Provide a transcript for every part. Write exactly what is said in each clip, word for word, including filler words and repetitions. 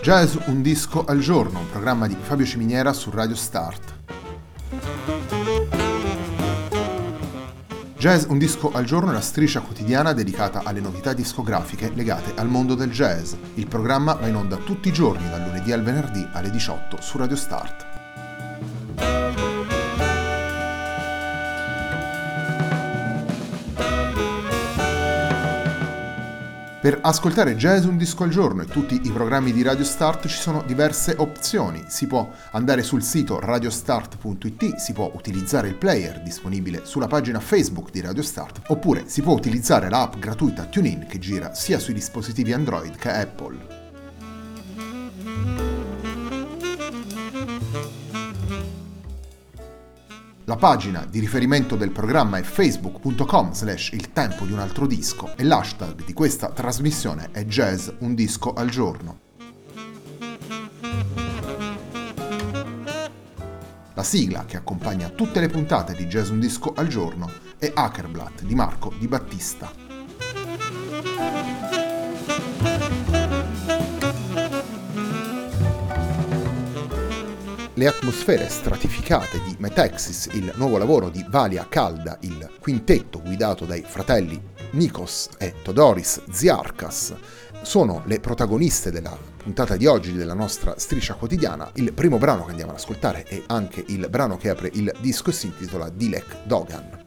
Jazz un disco al giorno, un programma di Fabio Ciminiera su Radio Start. Jazz un disco al giorno è la striscia quotidiana dedicata alle novità discografiche legate al mondo del jazz. Il programma va in onda tutti i giorni, dal lunedì al venerdì alle diciotto su Radio Start. Per ascoltare Jazz un disco al giorno e tutti i programmi di Radio Start ci sono diverse opzioni. Si può andare sul sito radiostart punto it, si può utilizzare il player disponibile sulla pagina Facebook di Radio Start, oppure si può utilizzare l'app gratuita TuneIn che gira sia sui dispositivi Android che Apple. La pagina di riferimento del programma è facebook punto com slash il tempo di un altro disco e l'hashtag di questa trasmissione è Jazz un disco al giorno. La sigla che accompagna tutte le puntate di Jazz un disco al giorno è Ackerblatt di Marco Di Battista. Le atmosfere stratificate di Metexis, il nuovo lavoro di Valia Calda, il quintetto guidato dai fratelli Nikos e Todoris Ziarkas, sono le protagoniste della puntata di oggi della nostra striscia quotidiana. Il primo brano che andiamo ad ascoltare è anche il brano che apre il disco e si intitola Dilek Dogan.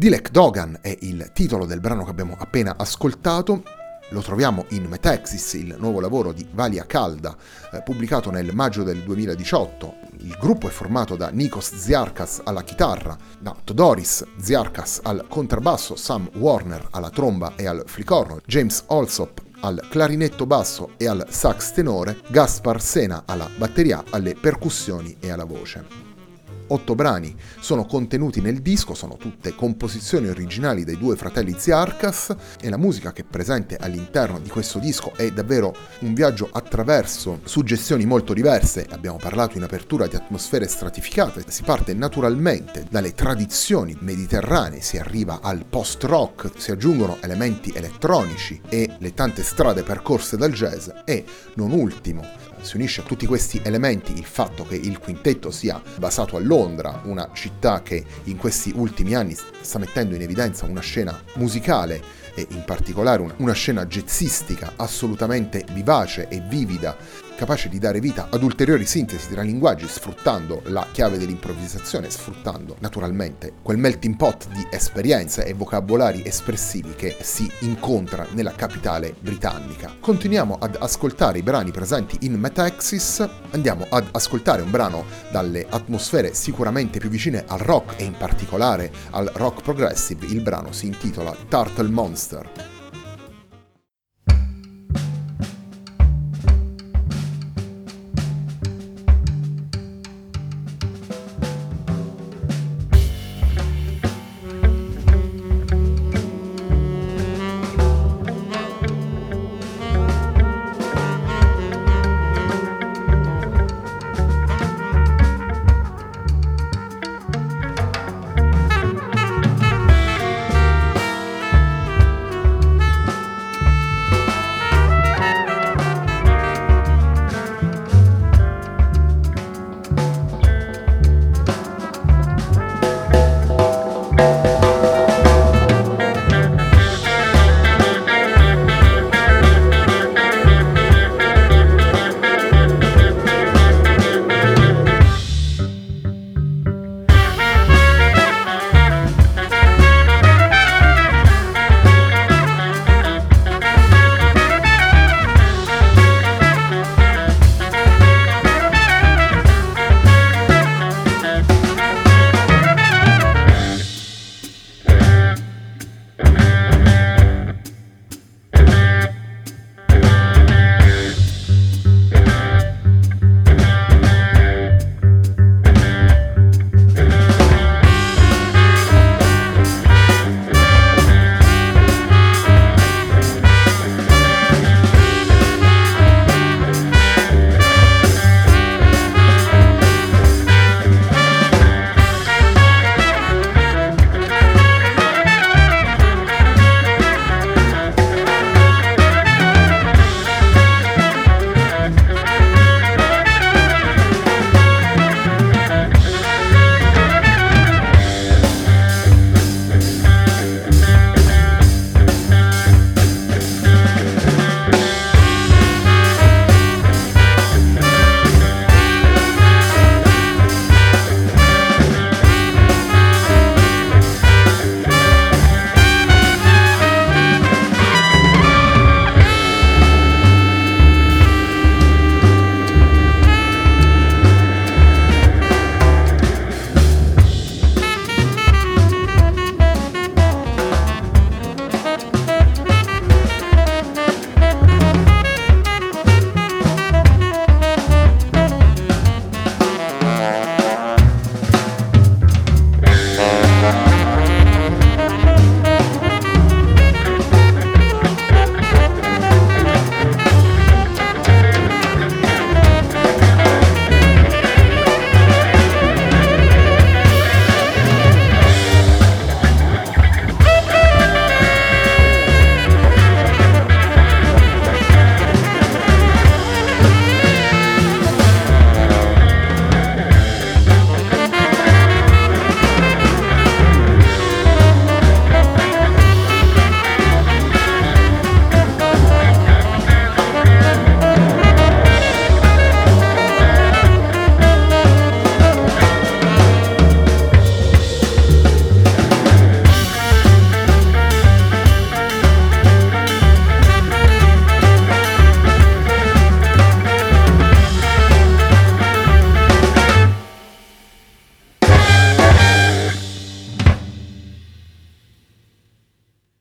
Dilek Dogan è il titolo del brano che abbiamo appena ascoltato. Lo troviamo in Metaxis, il nuovo lavoro di Valia Calda, eh, pubblicato nel maggio del duemiladiciotto. Il gruppo è formato da Nikos Ziarkas alla chitarra, da Todoris Ziarkas al contrabbasso, Sam Warner alla tromba e al flicorno, James Allsop al clarinetto basso e al sax tenore, Gaspar Sena alla batteria, alle percussioni e alla voce. Otto brani sono contenuti nel disco, sono tutte composizioni originali dei due fratelli Ziarkas e la musica che è presente all'interno di questo disco è davvero un viaggio attraverso suggestioni molto diverse. Abbiamo parlato in apertura di atmosfere stratificate, si parte naturalmente dalle tradizioni mediterranee, si arriva al post-rock, si aggiungono elementi elettronici e le tante strade percorse dal jazz e, non ultimo, si unisce a tutti questi elementi il fatto che il quintetto sia basato a Londra, una città che in questi ultimi anni sta mettendo in evidenza una scena musicale e in particolare una, una scena jazzistica assolutamente vivace e vivida, capace di dare vita ad ulteriori sintesi tra linguaggi, sfruttando la chiave dell'improvvisazione, sfruttando naturalmente quel melting pot di esperienze e vocabolari espressivi che si incontra nella capitale britannica. Continuiamo ad ascoltare i brani presenti in Metaxis, andiamo ad ascoltare un brano dalle atmosfere sicuramente più vicine al rock e in particolare al rock progressive. Il brano si intitola Turtle Monster.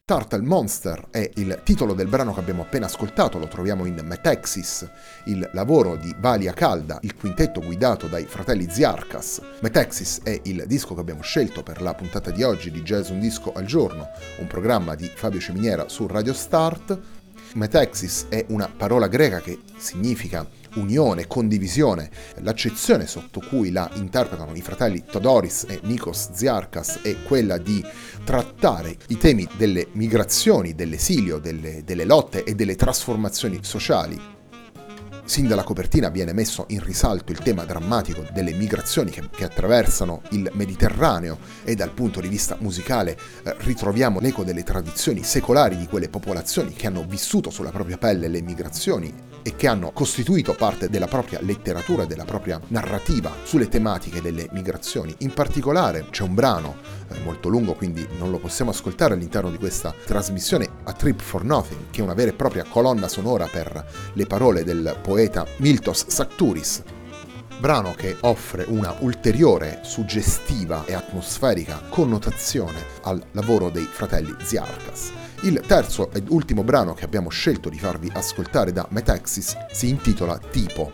Turtle Monster è il titolo del brano che abbiamo appena ascoltato, lo troviamo in Metexis, il lavoro di Valia Calda, il quintetto guidato dai fratelli Ziarkas. Metexis è il disco che abbiamo scelto per la puntata di oggi di Jazz Un Disco al Giorno, un programma di Fabio Ciminiera su Radio Start. Metexis è una parola greca che significa unione, condivisione, l'accezione sotto cui la interpretano i fratelli Todoris e Nikos Ziarkas è quella di trattare i temi delle migrazioni, dell'esilio, delle, delle lotte e delle trasformazioni sociali. Sin dalla copertina viene messo in risalto il tema drammatico delle migrazioni che, che attraversano il Mediterraneo e dal punto di vista musicale eh, ritroviamo l'eco delle tradizioni secolari di quelle popolazioni che hanno vissuto sulla propria pelle le migrazioni e che hanno costituito parte della propria letteratura e della propria narrativa sulle tematiche delle migrazioni. In particolare c'è un brano eh, molto lungo, quindi non lo possiamo ascoltare all'interno di questa trasmissione, A Trip for Nothing, che è una vera e propria colonna sonora per le parole del poeta Miltos Saktouris, brano che offre una ulteriore suggestiva e atmosferica connotazione al lavoro dei fratelli Ziarkas. Il terzo ed ultimo brano che abbiamo scelto di farvi ascoltare da Metexis si intitola Tipo.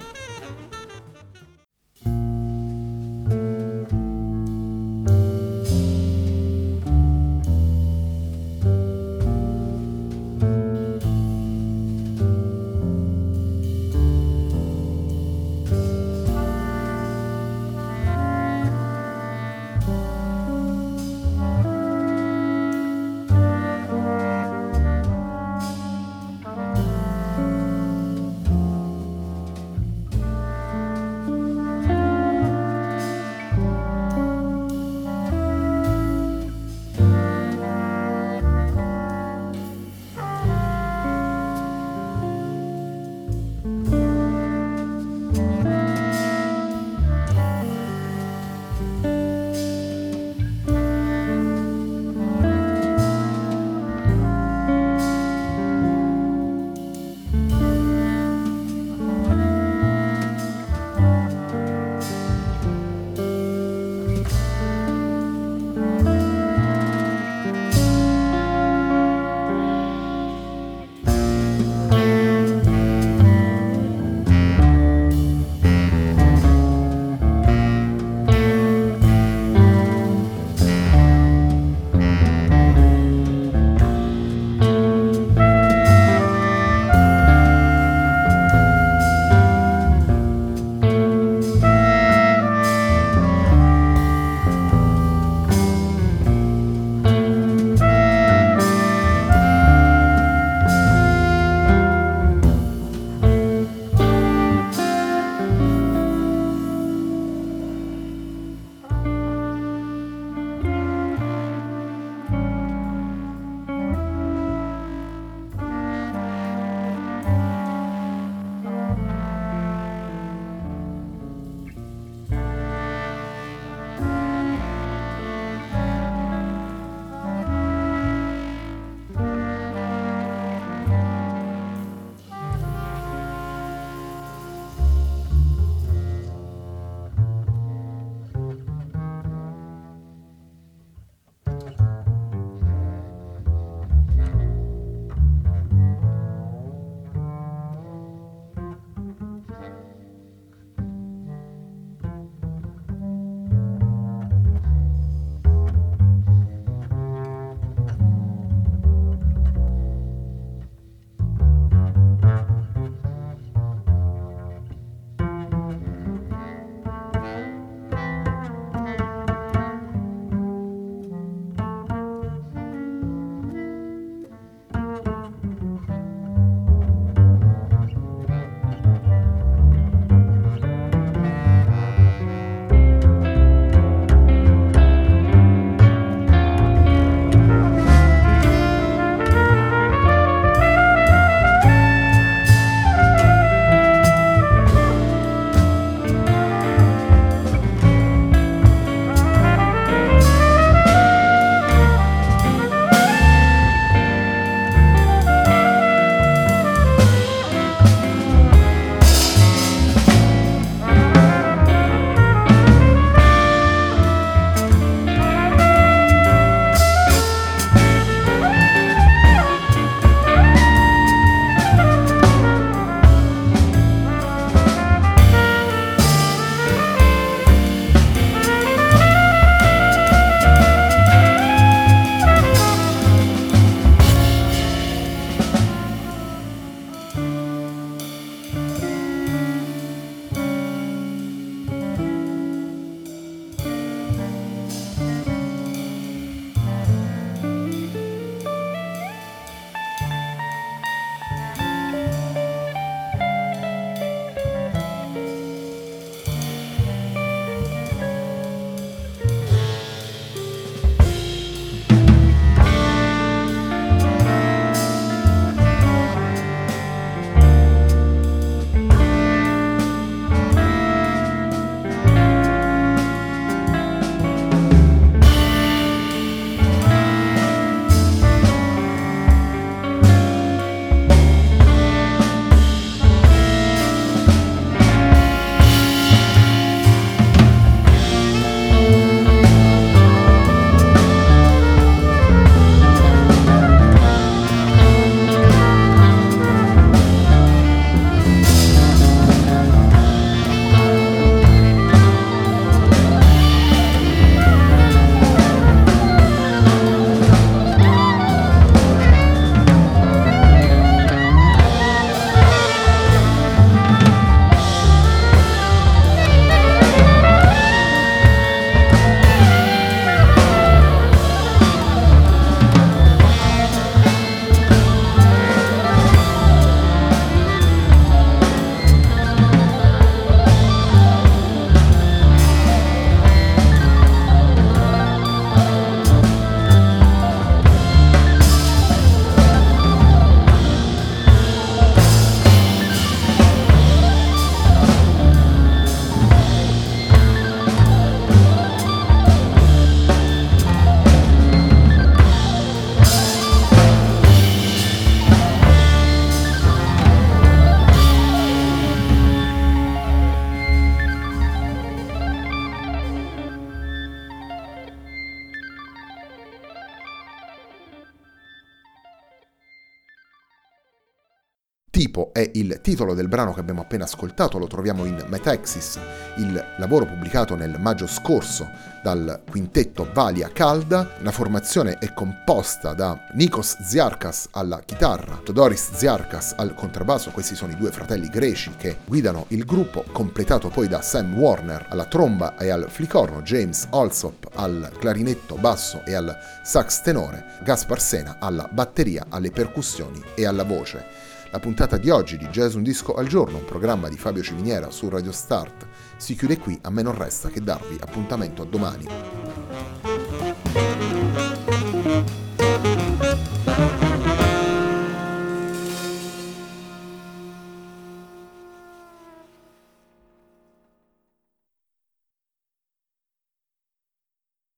tipo è il titolo del brano che abbiamo appena ascoltato, lo troviamo in Metaxis, il lavoro pubblicato nel maggio scorso dal quintetto Valia Calda. La formazione è composta da Nikos Ziarkas alla chitarra, Todoris Ziarkas al contrabbasso, questi sono i due fratelli greci che guidano il gruppo, completato poi da Sam Warner alla tromba e al flicorno, James Alsop al clarinetto basso e al sax tenore, Gaspar Sena alla batteria, alle percussioni e alla voce. La puntata di oggi di Jazz Un Disco al Giorno, un programma di Fabio Ciminiera su Radio Start, si chiude qui. A me non resta che darvi appuntamento a domani.